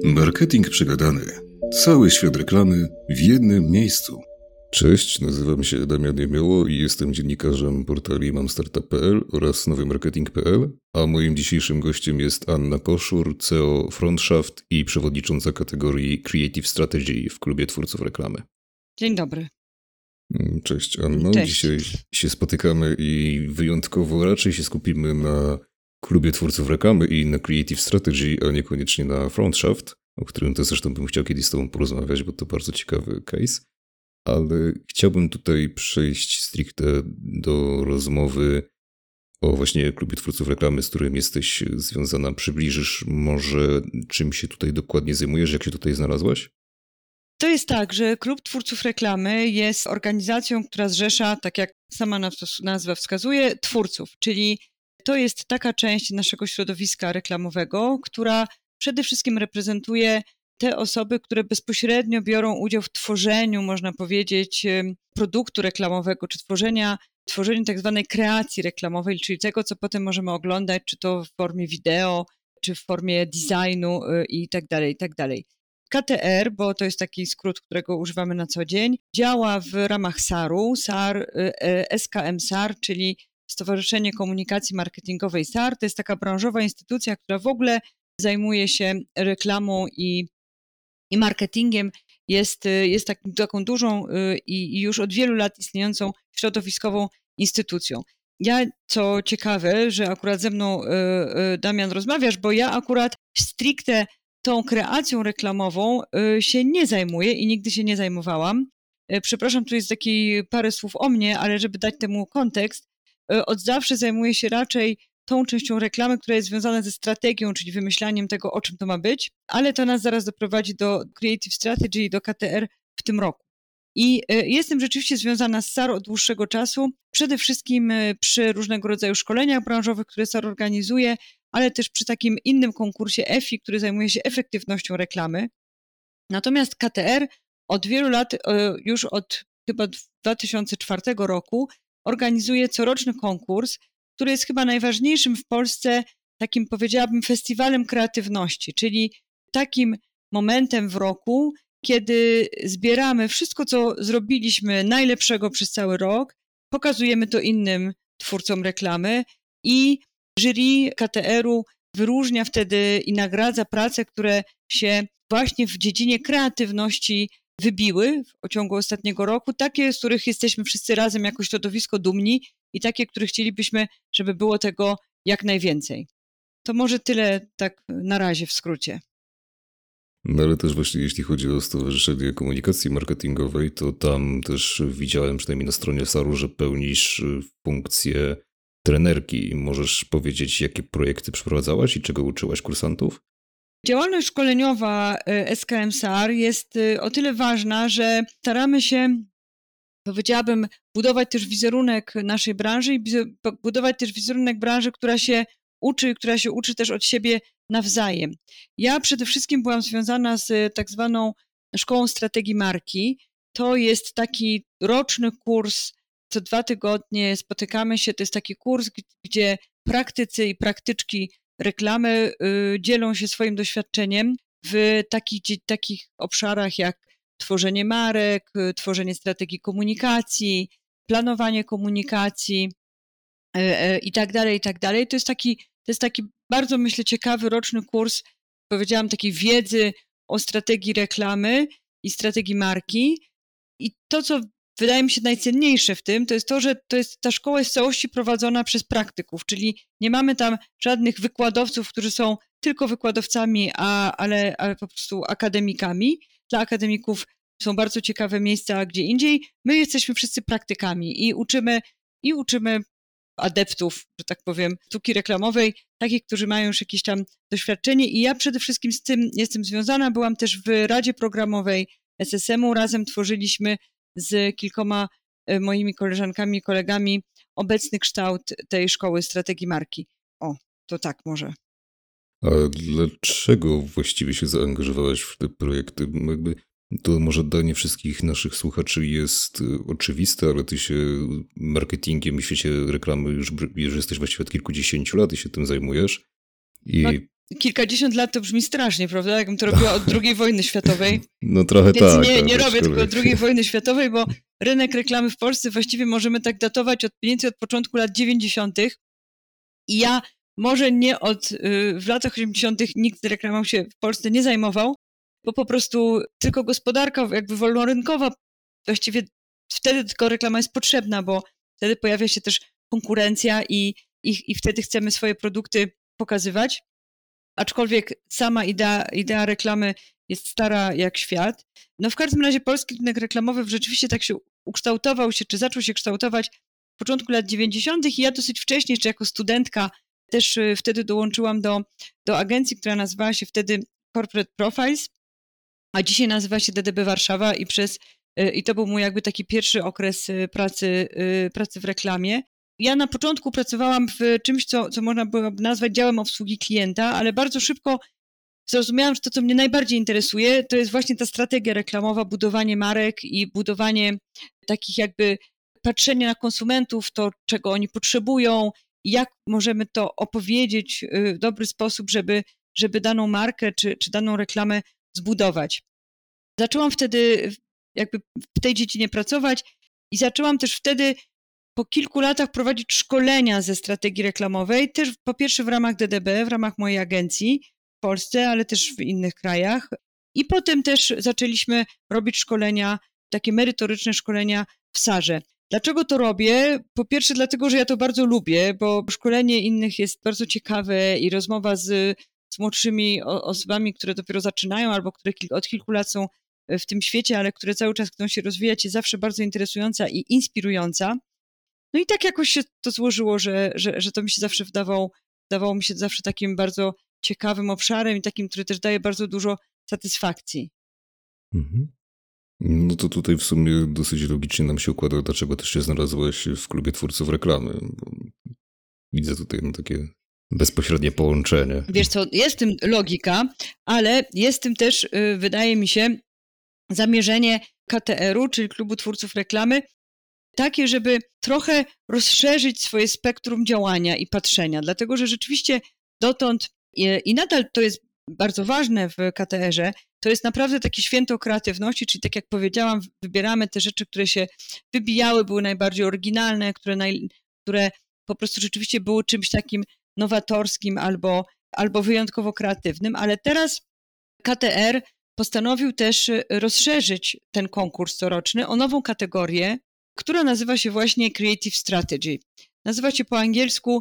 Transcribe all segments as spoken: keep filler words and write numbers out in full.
Marketing przegadany. Cały świat reklamy w jednym miejscu. Cześć, nazywam się Damian Jemioło i jestem dziennikarzem portali mam startup kropka p l oraz nowymarketing kropka p l, a moim dzisiejszym gościem jest Anna Koszur, C E O Frontshaft i przewodnicząca kategorii Creative Strategy w klubie twórców reklamy. Dzień dobry. Cześć Anno, Cześć. Dzisiaj się spotykamy i wyjątkowo raczej się skupimy na klubie twórców reklamy i na Creative Strategy, a niekoniecznie na Frontshaft, o którym też zresztą bym chciał kiedyś z tobą porozmawiać, bo to bardzo ciekawy case. Ale chciałbym tutaj przejść stricte do rozmowy o właśnie klubie twórców reklamy, z którym jesteś związana. Przybliżysz może, czym się tutaj dokładnie zajmujesz, jak się tutaj znalazłaś? To jest tak, że Klub Twórców Reklamy jest organizacją, która zrzesza, tak jak sama nazwa wskazuje, twórców, czyli to jest taka część naszego środowiska reklamowego, która przede wszystkim reprezentuje te osoby, które bezpośrednio biorą udział w tworzeniu, można powiedzieć, produktu reklamowego, czy tworzenia, tworzeniu tak zwanej kreacji reklamowej, czyli tego, co potem możemy oglądać, czy to w formie wideo, czy w formie designu i tak dalej, i tak dalej. K T R, bo to jest taki skrót, którego używamy na co dzień, działa w ramach S A R-u, S A R, S K M S A R, czyli Stowarzyszenie Komunikacji Marketingowej S A R. To jest taka branżowa instytucja, która w ogóle zajmuje się reklamą i, i marketingiem. Jest, jest tak, taką dużą i, i już od wielu lat istniejącą środowiskową instytucją. Ja, co ciekawe, że akurat ze mną, Damian, rozmawiasz, bo ja akurat stricte tą kreacją reklamową się nie zajmuję i nigdy się nie zajmowałam. Przepraszam, tu jest taki parę słów o mnie, ale żeby dać temu kontekst, od zawsze zajmuję się raczej tą częścią reklamy, która jest związana ze strategią, czyli wymyślaniem tego, o czym to ma być, ale to nas zaraz doprowadzi do Creative Strategy i do K T R w tym roku. I jestem rzeczywiście związana z S A R od dłuższego czasu, przede wszystkim przy różnego rodzaju szkoleniach branżowych, które S A R organizuje, ale też przy takim innym konkursie E F I, który zajmuje się efektywnością reklamy. Natomiast K T R od wielu lat, już od chyba dwa tysiące czwartego roku, organizuje coroczny konkurs, który jest chyba najważniejszym w Polsce takim, powiedziałabym, festiwalem kreatywności, czyli takim momentem w roku, kiedy zbieramy wszystko, co zrobiliśmy najlepszego przez cały rok, pokazujemy to innym twórcom reklamy i jury K T R-u wyróżnia wtedy i nagradza prace, które się właśnie w dziedzinie kreatywności wybiły w ciągu ostatniego roku, takie, z których jesteśmy wszyscy razem jako środowisko dumni i takie, które chcielibyśmy, żeby było tego jak najwięcej. To może tyle tak na razie w skrócie. No ale też właśnie jeśli chodzi o Stowarzyszenie Komunikacji Marketingowej, to tam też widziałem, przynajmniej na stronie S A R-u, że pełnisz funkcję trenerki. Możesz powiedzieć, jakie projekty przeprowadzałaś i czego uczyłaś kursantów? Działalność szkoleniowa S K M S A R jest o tyle ważna, że staramy się, powiedziałabym, budować też wizerunek naszej branży i budować też wizerunek branży, która się uczy, która się uczy też od siebie nawzajem. Ja przede wszystkim byłam związana z tak zwaną Szkołą Strategii Marki. To jest taki roczny kurs, co dwa tygodnie spotykamy się, to jest taki kurs, gdzie praktycy i praktyczki reklamy y, dzielą się swoim doświadczeniem w takich, takich obszarach jak tworzenie marek, y, tworzenie strategii komunikacji, planowanie komunikacji y, y, i tak dalej, i tak dalej. To jest taki, to jest taki bardzo, myślę, ciekawy roczny kurs, powiedziałam, takiej wiedzy o strategii reklamy i strategii marki. I to, co wydaje mi się najcenniejsze w tym, to jest to, że to jest, ta szkoła jest w całości prowadzona przez praktyków, czyli nie mamy tam żadnych wykładowców, którzy są tylko wykładowcami, a, ale, ale po prostu akademikami. Dla akademików są bardzo ciekawe miejsca gdzie indziej. My jesteśmy wszyscy praktykami i uczymy, i uczymy adeptów, że tak powiem, sztuki reklamowej, takich, którzy mają już jakieś tam doświadczenie i ja przede wszystkim z tym jestem związana. Byłam też w Radzie Programowej S S M-u, razem tworzyliśmy z kilkoma moimi koleżankami i kolegami obecny kształt tej szkoły strategii marki. O, to tak może. A dlaczego właściwie się zaangażowałaś w te projekty? Jakby to może dla nie wszystkich naszych słuchaczy jest oczywiste, ale ty się marketingiem w świecie reklamy już, już jesteś właściwie od kilkudziesięciu lat i się tym zajmujesz. I No, kilkadziesiąt lat to brzmi strasznie, prawda? Jakbym to robiła od drugiej wojny światowej. No trochę Więc tak. nie, nie robię aczkolwiek... tylko od drugiej wojny światowej, bo rynek reklamy w Polsce właściwie możemy tak datować od mniej więcej od początku lat dziewięćdziesiątych. I ja może nie od, w latach osiemdziesiątych nikt z reklamą się w Polsce nie zajmował, bo po prostu tylko gospodarka jakby wolnorynkowa, właściwie wtedy tylko reklama jest potrzebna, bo wtedy pojawia się też konkurencja i, i, i wtedy chcemy swoje produkty pokazywać. Aczkolwiek sama idea, idea reklamy jest stara jak świat. No w każdym razie polski rynek reklamowy rzeczywiście tak się ukształtował się, czy zaczął się kształtować w początku lat dziewięćdziesiątych i ja dosyć wcześnie, jeszcze jako studentka, też wtedy dołączyłam do, do agencji, która nazywała się wtedy Corporate Profiles, a dzisiaj nazywa się D D B Warszawa i przez i to był mój jakby taki pierwszy okres pracy, pracy w reklamie. Ja na początku pracowałam w czymś, co, co można byłoby nazwać działem obsługi klienta, ale bardzo szybko zrozumiałam, że to, co mnie najbardziej interesuje, to jest właśnie ta strategia reklamowa, budowanie marek i budowanie takich jakby patrzenia na konsumentów, to czego oni potrzebują, jak możemy to opowiedzieć w dobry sposób, żeby, żeby daną markę czy, czy daną reklamę zbudować. Zaczęłam wtedy jakby w tej dziedzinie pracować i zaczęłam też wtedy po kilku latach prowadzić szkolenia ze strategii reklamowej, też po pierwsze w ramach D D B, w ramach mojej agencji w Polsce, ale też w innych krajach. I potem też zaczęliśmy robić szkolenia, takie merytoryczne szkolenia w sarze. Dlaczego to robię? Po pierwsze dlatego, że ja to bardzo lubię, bo szkolenie innych jest bardzo ciekawe i rozmowa z, z młodszymi osobami, które dopiero zaczynają albo które od kilku lat są w tym świecie, ale które cały czas chcą się rozwijać, jest zawsze bardzo interesująca i inspirująca. No i tak jakoś się to złożyło, że, że, że to mi się zawsze wydawało, wydawało mi się zawsze takim bardzo ciekawym obszarem i takim, który też daje bardzo dużo satysfakcji. Mhm. No to tutaj w sumie dosyć logicznie nam się układa, dlaczego też się znalazłeś w klubie twórców reklamy. Bo widzę tutaj no, takie bezpośrednie połączenie. Wiesz co, jest w tym logika, ale jest w tym też, wydaje mi się, zamierzenie K T R-u, czyli Klubu Twórców Reklamy, takie, żeby trochę rozszerzyć swoje spektrum działania i patrzenia, dlatego że rzeczywiście dotąd i, i nadal to jest bardzo ważne w K T R-ze, to jest naprawdę takie święto kreatywności, czyli tak jak powiedziałam, wybieramy te rzeczy, które się wybijały, były najbardziej oryginalne, które, naj, które po prostu rzeczywiście były czymś takim nowatorskim albo, albo wyjątkowo kreatywnym, ale teraz K T R postanowił też rozszerzyć ten konkurs coroczny o nową kategorię, która nazywa się właśnie Creative Strategy. Nazywa się po angielsku,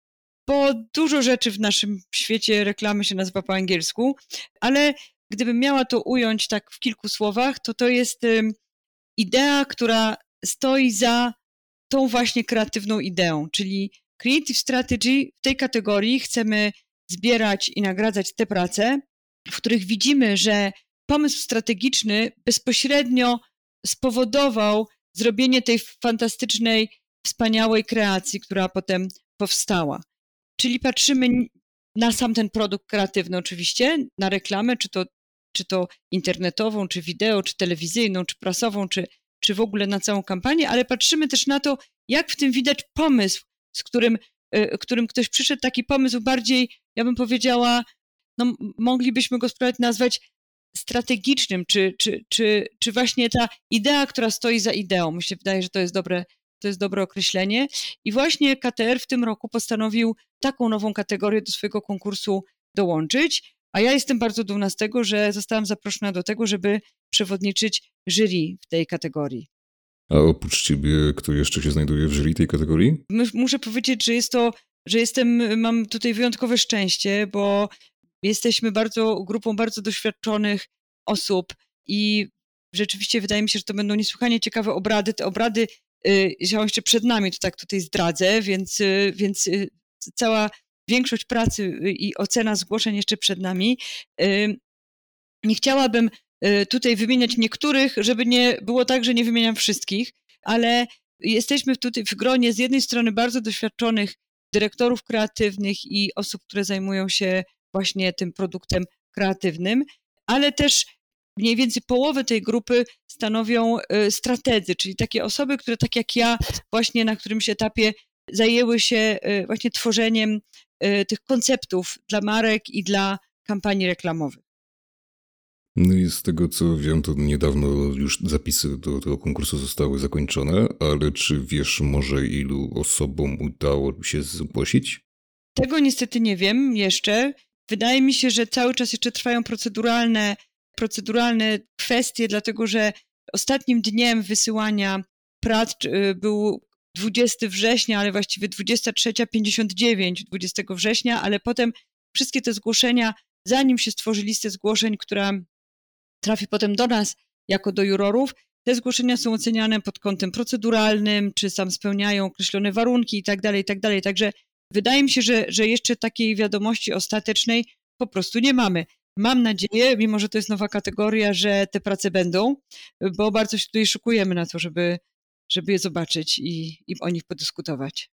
bo dużo rzeczy w naszym świecie reklamy się nazywa po angielsku, ale gdybym miała to ująć tak w kilku słowach, to to jest um, idea, która stoi za tą właśnie kreatywną ideą, czyli Creative Strategy w tej kategorii chcemy zbierać i nagradzać te prace, w których widzimy, że pomysł strategiczny bezpośrednio spowodował zrobienie tej fantastycznej, wspaniałej kreacji, która potem powstała. Czyli patrzymy na sam ten produkt kreatywny oczywiście, na reklamę, czy to, czy to internetową, czy wideo, czy telewizyjną, czy prasową, czy, czy w ogóle na całą kampanię, ale patrzymy też na to, jak w tym widać pomysł, z którym, y, którym ktoś przyszedł, taki pomysł bardziej, ja bym powiedziała, no moglibyśmy go spróbować nazwać strategicznym, czy, czy, czy, czy właśnie ta idea, która stoi za ideą. Mi się wydaje, że to jest dobre, to jest dobre określenie. I właśnie K T R w tym roku postanowił taką nową kategorię do swojego konkursu dołączyć, a ja jestem bardzo dumna z tego, że zostałam zaproszona do tego, żeby przewodniczyć jury w tej kategorii. A oprócz ciebie kto jeszcze się znajduje w jury tej kategorii? Muszę powiedzieć, że jest to, że jestem, mam tutaj wyjątkowe szczęście, bo jesteśmy bardzo, grupą bardzo doświadczonych osób i rzeczywiście wydaje mi się, że to będą niesłychanie ciekawe obrady. Te obrady y, są jeszcze przed nami, to tak tutaj zdradzę, więc, y, więc y, cała większość pracy i ocena zgłoszeń jeszcze przed nami. Y, nie chciałabym y, tutaj wymieniać niektórych, żeby nie było tak, że nie wymieniam wszystkich, ale jesteśmy tutaj w gronie z jednej strony bardzo doświadczonych dyrektorów kreatywnych i osób, które zajmują się właśnie tym produktem kreatywnym, ale też mniej więcej połowę tej grupy stanowią strategzy, czyli takie osoby, które tak jak ja właśnie na którymś etapie zajęły się właśnie tworzeniem y, tych konceptów dla marek i dla kampanii reklamowych. No i z tego co wiem, to niedawno już zapisy do tego konkursu zostały zakończone, ale czy wiesz może ilu osobom udało się zgłosić? Tego niestety nie wiem jeszcze. Wydaje mi się, że cały czas jeszcze trwają proceduralne, proceduralne kwestie, dlatego że ostatnim dniem wysyłania prac y, był dwudziestego września, ale właściwie dwudziesta trzecia pięćdziesiąt dziewięć dwudziestego września, ale potem wszystkie te zgłoszenia, zanim się stworzy listę zgłoszeń, która trafi potem do nas jako do jurorów, te zgłoszenia są oceniane pod kątem proceduralnym, czy tam spełniają określone warunki i tak dalej, i tak dalej. Także wydaje mi się, że, że jeszcze takiej wiadomości ostatecznej po prostu nie mamy. Mam nadzieję, mimo że to jest nowa kategoria, że te prace będą, bo bardzo się tutaj szykujemy na to, żeby, żeby je zobaczyć i, i o nich podyskutować.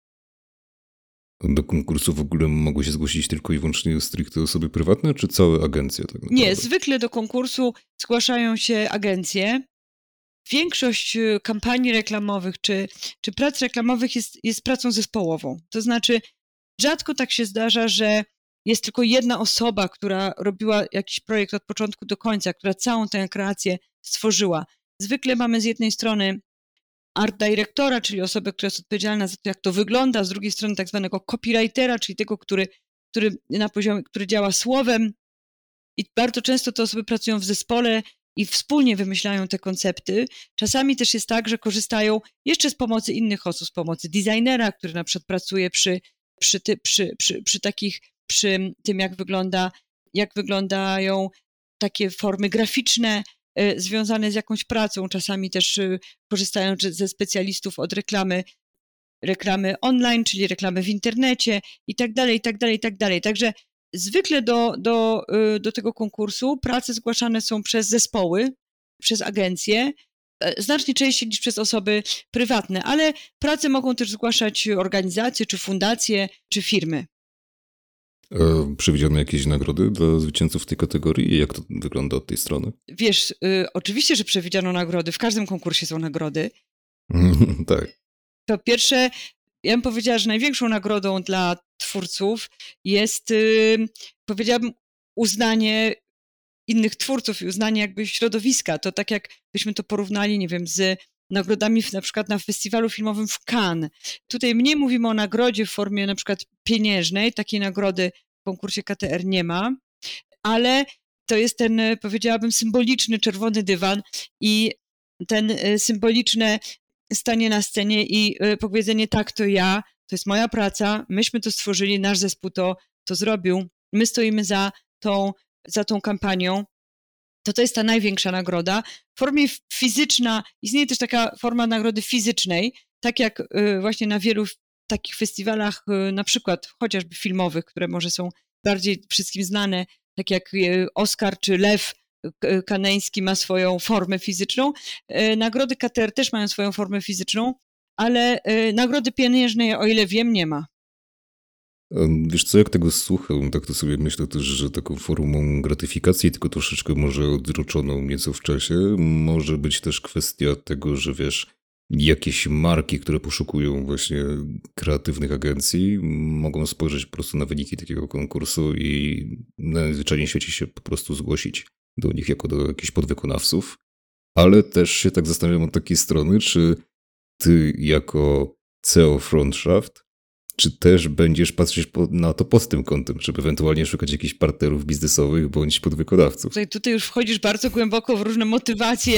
Do konkursu w ogóle mogły się zgłosić tylko i wyłącznie stricte osoby prywatne, czy całe agencje? Tak naprawdę? Nie, zwykle do konkursu zgłaszają się agencje. Większość kampanii reklamowych czy, czy prac reklamowych jest, jest pracą zespołową. To znaczy, rzadko tak się zdarza, że jest tylko jedna osoba, która robiła jakiś projekt od początku do końca, która całą tę kreację stworzyła. Zwykle mamy z jednej strony art dyrektora, czyli osobę, która jest odpowiedzialna za to, jak to wygląda, z drugiej strony tak zwanego copywritera, czyli tego, który, który, na poziomie, który działa słowem. I bardzo często te osoby pracują w zespole i wspólnie wymyślają te koncepty. Czasami też jest tak, że korzystają jeszcze z pomocy innych osób, z pomocy designera, który na przykład pracuje przy, przy, ty, przy, przy, przy takich, przy tym, jak wygląda, jak wyglądają takie formy graficzne y, związane z jakąś pracą. Czasami też y, korzystają ze specjalistów od reklamy, reklamy online, czyli reklamy w internecie i tak dalej, i tak dalej, i tak dalej. Także zwykle do, do, do tego konkursu prace zgłaszane są przez zespoły, przez agencje, znacznie częściej niż przez osoby prywatne, ale prace mogą też zgłaszać organizacje, czy fundacje, czy firmy. A przewidziano jakieś nagrody dla zwycięzców tej kategorii? Jak to wygląda od tej strony? Wiesz, y, oczywiście, że przewidziano nagrody, w każdym konkursie są nagrody. Tak. Po pierwsze, ja bym powiedziała, że największą nagrodą dla twórców jest, yy, powiedziałabym, uznanie innych twórców i uznanie jakby środowiska. To tak jakbyśmy to porównali, nie wiem, z nagrodami w, na przykład na festiwalu filmowym w Cannes. Tutaj mniej mówimy o nagrodzie w formie na przykład pieniężnej, takiej nagrody w konkursie K T R nie ma, ale to jest ten, powiedziałabym, symboliczny czerwony dywan i ten symboliczne stanie na scenie i powiedzenie tak, to ja, to jest moja praca, myśmy to stworzyli, nasz zespół to, to zrobił, my stoimy za tą, za tą kampanią, to to jest ta największa nagroda. W formie fizyczna, istnieje też taka forma nagrody fizycznej, tak jak właśnie na wielu takich festiwalach, na przykład chociażby filmowych, które może są bardziej wszystkim znane, tak jak Oscar czy Lew Kaneński ma swoją formę fizyczną. Nagrody K T R też mają swoją formę fizyczną, ale nagrody pieniężnej, o ile wiem, nie ma. Wiesz co, jak tego słucham, tak to sobie myślę też, że taką formą gratyfikacji, tylko troszeczkę może odroczoną nieco w czasie, może być też kwestia tego, że wiesz, jakieś marki, które poszukują właśnie kreatywnych agencji, mogą spojrzeć po prostu na wyniki takiego konkursu i najzwyczajniej w świecie się po prostu zgłosić do nich jako do jakichś podwykonawców. Ale też się tak zastanawiam od takiej strony, czy ty jako C E O Frontshaft, czy też będziesz patrzeć na to pod tym kątem, żeby ewentualnie szukać jakichś partnerów biznesowych bądź podwykonawców? Tutaj, tutaj już wchodzisz bardzo głęboko w różne motywacje,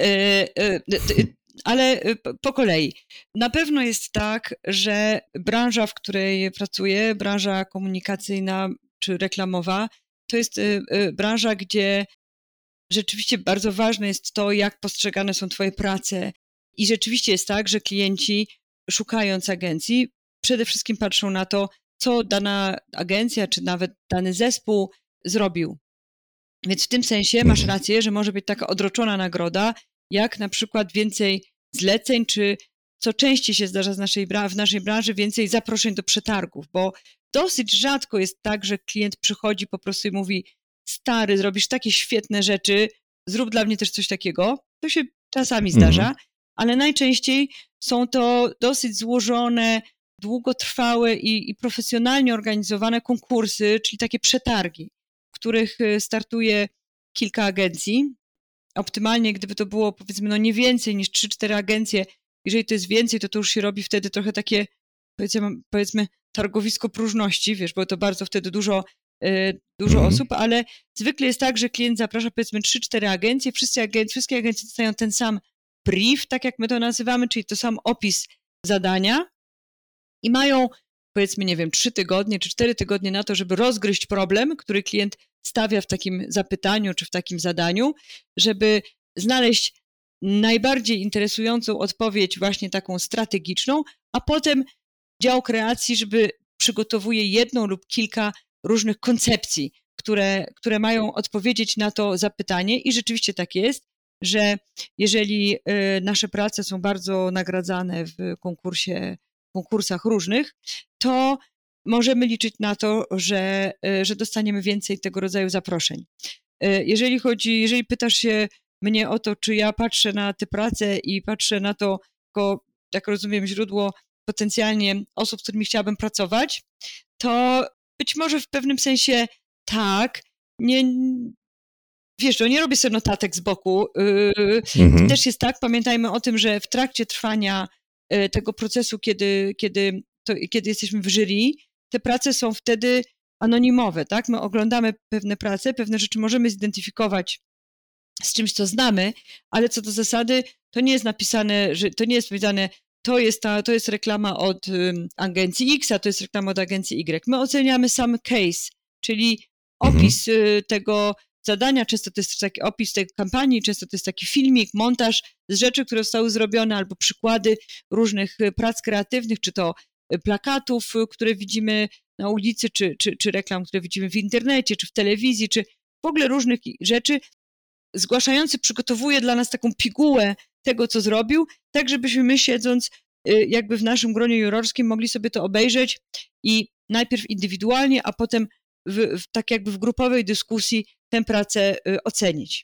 ale po kolei. Na pewno jest tak, że branża, w której pracuję, branża komunikacyjna czy reklamowa, to jest branża, gdzie rzeczywiście bardzo ważne jest to, jak postrzegane są twoje prace. I rzeczywiście jest tak, że klienci, szukając agencji, przede wszystkim patrzą na to, co dana agencja, czy nawet dany zespół zrobił. Więc w tym sensie masz rację, że może być taka odroczona nagroda, jak na przykład więcej zleceń, czy co częściej się zdarza z naszej, w naszej branży, więcej zaproszeń do przetargów, bo dosyć rzadko jest tak, że klient przychodzi po prostu i mówi: stary, zrobisz takie świetne rzeczy, zrób dla mnie też coś takiego. To się czasami zdarza, mhm. ale najczęściej są to dosyć złożone, długotrwałe i, i profesjonalnie organizowane konkursy, czyli takie przetargi, w których startuje kilka agencji. Optymalnie, gdyby to było, powiedzmy, no nie więcej niż trzy cztery agencje, jeżeli to jest więcej, to to już się robi wtedy trochę takie, powiedzmy, powiedzmy targowisko próżności, wiesz, bo to bardzo wtedy dużo, y, dużo Mhm. osób, ale zwykle jest tak, że klient zaprasza, powiedzmy, trzy cztery agencje, wszyscy agen- wszystkie agencje dostają ten sam brief, tak jak my to nazywamy, czyli to sam opis zadania i mają, powiedzmy, nie wiem, trzy tygodnie czy cztery tygodnie na to, żeby rozgryźć problem, który klient stawia w takim zapytaniu czy w takim zadaniu, żeby znaleźć najbardziej interesującą odpowiedź, właśnie taką strategiczną, a potem dział kreacji, żeby przygotowuje jedną lub kilka różnych koncepcji, które, które mają odpowiedzieć na to zapytanie i rzeczywiście tak jest, że jeżeli y, nasze prace są bardzo nagradzane w konkursie, konkursach różnych, to możemy liczyć na to, że, y, że dostaniemy więcej tego rodzaju zaproszeń. Y, jeżeli chodzi, jeżeli pytasz się mnie o to, czy ja patrzę na te prace i patrzę na to, jako, jak rozumiem, źródło potencjalnie osób, z którymi chciałabym pracować, to być może w pewnym sensie tak. Nie, wiesz, no nie robię sobie notatek z boku. Yy, Mhm. Też jest tak, pamiętajmy o tym, że w trakcie trwania yy, tego procesu, kiedy, kiedy, to, kiedy jesteśmy w jury, te prace są wtedy anonimowe, tak? My oglądamy pewne prace, pewne rzeczy możemy zidentyfikować z czymś, co znamy, ale co do zasady, to nie jest napisane, że to nie jest powiedziane, to jest, ta, to jest reklama od um, agencji X, a to jest reklama od agencji Y. My oceniamy sam case, czyli Mhm. opis y, tego zadania, często to jest taki opis tej kampanii, często to jest taki filmik, montaż z rzeczy, które zostały zrobione, albo przykłady różnych prac kreatywnych, czy to plakatów, które widzimy na ulicy, czy, czy, czy reklam, które widzimy w internecie, czy w telewizji, czy w ogóle różnych rzeczy. Zgłaszający przygotowuje dla nas taką pigułę tego, co zrobił, tak żebyśmy my, siedząc jakby w naszym gronie jurorskim, mogli sobie to obejrzeć i najpierw indywidualnie, a potem w, w, tak jakby w grupowej dyskusji tę pracę ocenić.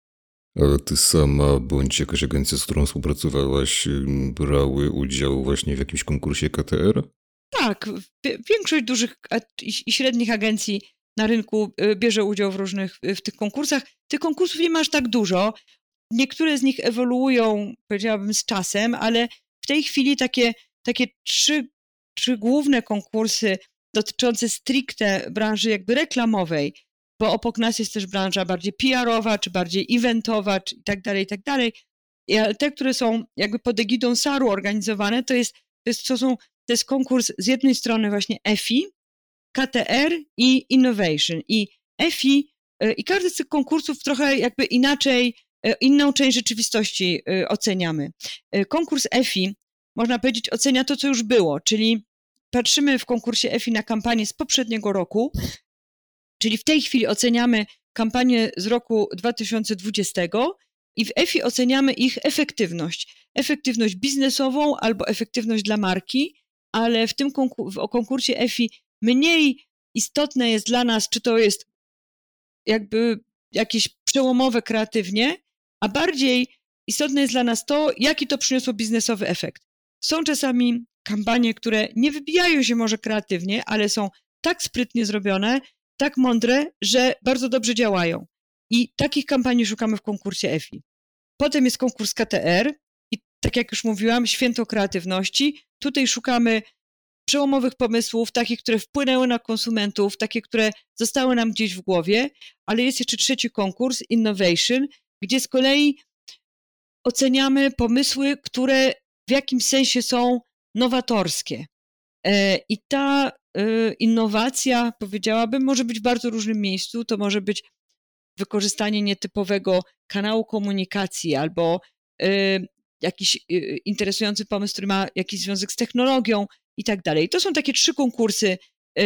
Ale ty sama bądź jakaś agencja, z którą współpracowałaś, brały udział właśnie w jakimś konkursie K T R? Tak, większość dużych i średnich agencji na rynku bierze udział w różnych, w tych konkursach. Tych konkursów nie ma aż tak dużo. Niektóre z nich ewoluują, powiedziałabym, z czasem, ale w tej chwili takie, takie trzy, trzy główne konkursy dotyczące stricte branży jakby reklamowej, bo obok nas jest też branża bardziej P R owa, czy bardziej eventowa, czy i tak dalej, i tak dalej. Te, które są jakby pod egidą S A R-u organizowane, to jest, to jest, to są, to jest konkurs z jednej strony właśnie E F I, K T R i Innovation. I E F I i każdy z tych konkursów trochę jakby inaczej, inną część rzeczywistości oceniamy. Konkurs E F I, można powiedzieć, ocenia to, co już było, czyli patrzymy w konkursie E F I na kampanię z poprzedniego roku, czyli w tej chwili oceniamy kampanię z roku dwa tysiące dwudziestego i w E F I oceniamy ich efektywność. Efektywność biznesową albo efektywność dla marki, ale w tym konkur- w konkursie E F I mniej istotne jest dla nas, czy to jest jakby jakieś przełomowe kreatywnie, a bardziej istotne jest dla nas to, jaki to przyniosło biznesowy efekt. Są czasami kampanie, które nie wybijają się może kreatywnie, ale są tak sprytnie zrobione, tak mądre, że bardzo dobrze działają. I takich kampanii szukamy w konkursie E F I. Potem jest konkurs K T R i tak jak już mówiłam, święto kreatywności. Tutaj szukamy przełomowych pomysłów, takich, które wpłynęły na konsumentów, takie, które zostały nam gdzieś w głowie, ale jest jeszcze trzeci konkurs, Innovation, gdzie z kolei oceniamy pomysły, które w jakimś sensie są nowatorskie. I ta innowacja, powiedziałabym, może być w bardzo różnym miejscu. To może być wykorzystanie nietypowego kanału komunikacji albo jakiś interesujący pomysł, który ma jakiś związek z technologią i tak dalej. To są takie trzy konkursy,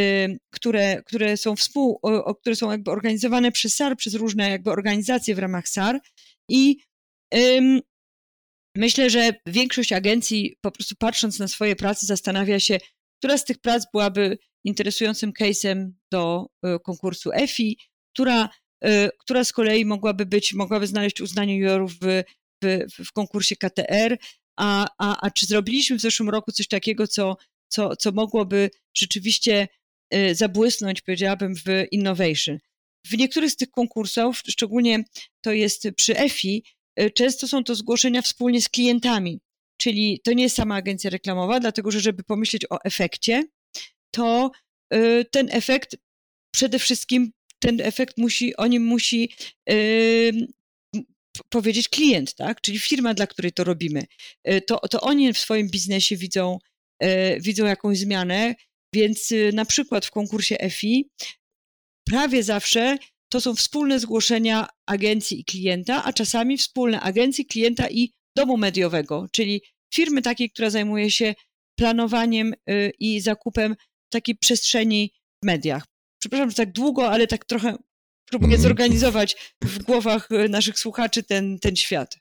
które, które są współ, które są jakby organizowane przez S A R, przez różne jakby organizacje w ramach S A R i ym, myślę, że większość agencji po prostu patrząc na swoje prace zastanawia się, która z tych prac byłaby interesującym case'em do y, konkursu E F I, która, y, która z kolei mogłaby być, mogłaby znaleźć uznanie jurorów w, w, w konkursie K T R, a, a, a czy zrobiliśmy w zeszłym roku coś takiego, co co, co mogłoby rzeczywiście zabłysnąć, powiedziałabym, w innovation. W niektórych z tych konkursów, szczególnie to jest przy E F I, często są to zgłoszenia wspólnie z klientami, czyli to nie jest sama agencja reklamowa, dlatego że żeby pomyśleć o efekcie, to ten efekt przede wszystkim, ten efekt musi, o nim musi yy, powiedzieć klient, tak? Czyli firma, dla której to robimy. To, to oni w swoim biznesie widzą, yy, widzą jakąś zmianę, więc yy, na przykład w konkursie E F I prawie zawsze to są wspólne zgłoszenia agencji i klienta, a czasami wspólne agencji, klienta i domu mediowego, czyli firmy takiej, która zajmuje się planowaniem yy, i zakupem takiej przestrzeni w mediach. Przepraszam, że tak długo, ale tak trochę próbuję mm. zorganizować w głowach naszych słuchaczy ten, ten świat.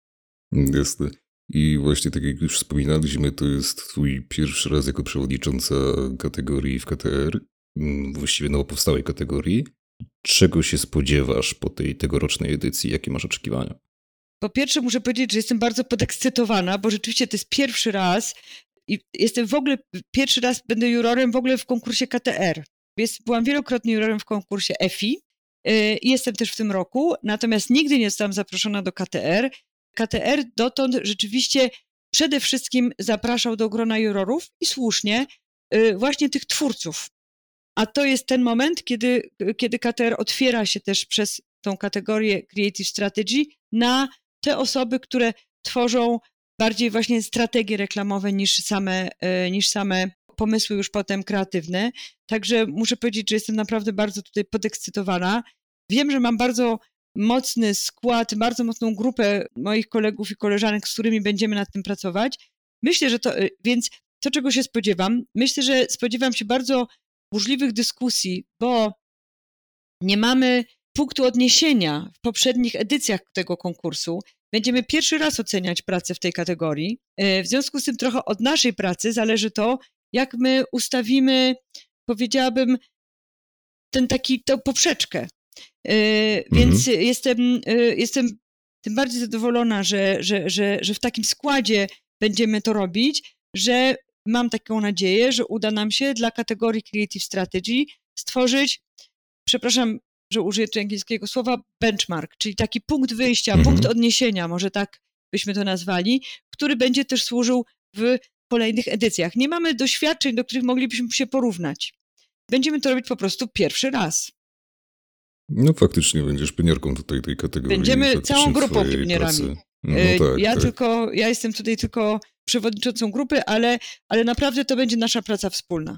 Jasne. I właśnie tak jak już wspominaliśmy, to jest twój pierwszy raz jako przewodnicząca kategorii w K T R, właściwie nowo powstałej kategorii. Czego się spodziewasz po tej tegorocznej edycji? Jakie masz oczekiwania? Po pierwsze muszę powiedzieć, że jestem bardzo podekscytowana, bo rzeczywiście to jest pierwszy raz i jestem w ogóle, pierwszy raz będę jurorem w ogóle w konkursie K T R. Jest, byłam wielokrotnie jurorem w konkursie E F I yy, i jestem też w tym roku, natomiast nigdy nie zostałam zaproszona do K T R. K T R dotąd rzeczywiście przede wszystkim zapraszał do grona jurorów i słusznie yy, właśnie tych twórców. A to jest ten moment, kiedy, kiedy K T R otwiera się też przez tą kategorię Creative Strategy na te osoby, które tworzą bardziej właśnie strategie reklamowe niż same, yy, niż same pomysły już potem kreatywne. Także muszę powiedzieć, że jestem naprawdę bardzo tutaj podekscytowana. Wiem, że mam bardzo mocny skład, bardzo mocną grupę moich kolegów i koleżanek, z którymi będziemy nad tym pracować. Myślę, że to, więc to, czego się spodziewam, myślę, że spodziewam się bardzo burzliwych dyskusji, bo nie mamy punktu odniesienia w poprzednich edycjach tego konkursu. Będziemy pierwszy raz oceniać pracę w tej kategorii. W związku z tym trochę od naszej pracy zależy to, jak my ustawimy, powiedziałabym, ten taki, tą poprzeczkę. Yy, mhm. Więc jestem, yy, jestem tym bardziej zadowolona, że, że, że, że w takim składzie będziemy to robić, że mam taką nadzieję, że uda nam się dla kategorii Creative Strategy stworzyć, przepraszam, że użyję tu angielskiego słowa, benchmark, czyli taki punkt wyjścia, mhm. punkt odniesienia, może tak byśmy to nazwali, który będzie też służył w kolejnych edycjach. Nie mamy doświadczeń, do których moglibyśmy się porównać. Będziemy to robić po prostu pierwszy raz. No faktycznie będziesz pioniorką tutaj tej kategorii. Będziemy całą grupą pionierami. No tak, ja tak. tylko, ja jestem tutaj tylko przewodniczącą grupy, ale, ale naprawdę to będzie nasza praca wspólna.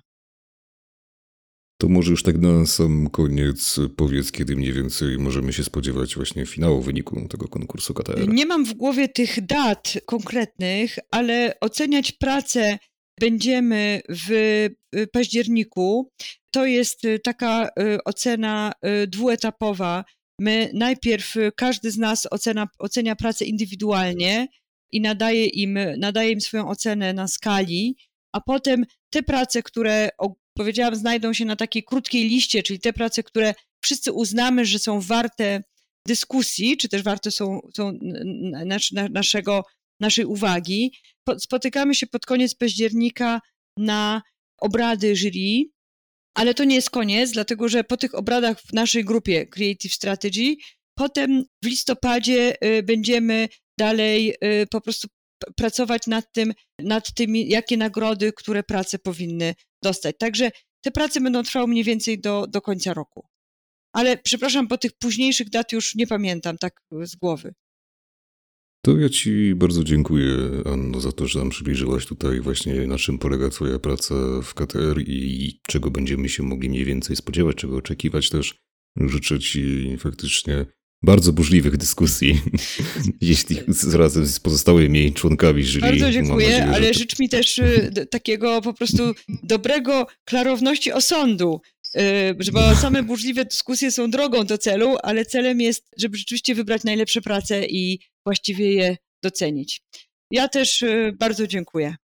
To może już tak na sam koniec powiedz, kiedy mniej więcej możemy się spodziewać właśnie finału wyniku tego konkursu K T R. Nie mam w głowie tych dat konkretnych, ale oceniać pracę będziemy w październiku. To jest taka ocena dwuetapowa. My najpierw, każdy z nas ocena, ocenia pracę indywidualnie i nadaje im, nadaje im swoją ocenę na skali, a potem te prace, które powiedziałam, znajdą się na takiej krótkiej liście, czyli te prace, które wszyscy uznamy, że są warte dyskusji, czy też warte są, są nasz, naszego, naszej uwagi. Spotykamy się pod koniec października na obrady jury, ale to nie jest koniec, dlatego że po tych obradach w naszej grupie Creative Strategy potem w listopadzie będziemy dalej po prostu pracować nad tym, nad tymi, jakie nagrody, które prace powinny dostać. Także te prace będą trwały mniej więcej do, do końca roku. Ale przepraszam, po tych późniejszych dat już nie pamiętam tak z głowy. To ja ci bardzo dziękuję, Anno, za to, że nam przybliżyłaś tutaj właśnie, na czym polega twoja praca w K T R i czego będziemy się mogli mniej więcej spodziewać, czego oczekiwać też. Życzę ci faktycznie bardzo burzliwych dyskusji, jeśli razem z pozostałymi członkami jury. Bardzo dziękuję, nadzieję, ale to... życz mi też y, takiego po prostu dobrego, klarowności osądu, y, bo same burzliwe dyskusje są drogą do celu, ale celem jest, żeby rzeczywiście wybrać najlepsze prace i właściwie je docenić. Ja też y, bardzo dziękuję.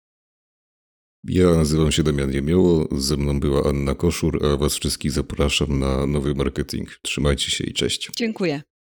Ja nazywam się Damian Jemioło, ze mną była Anna Koszur, a was wszystkich zapraszam na Nowy Marketing. Trzymajcie się i cześć. Dziękuję.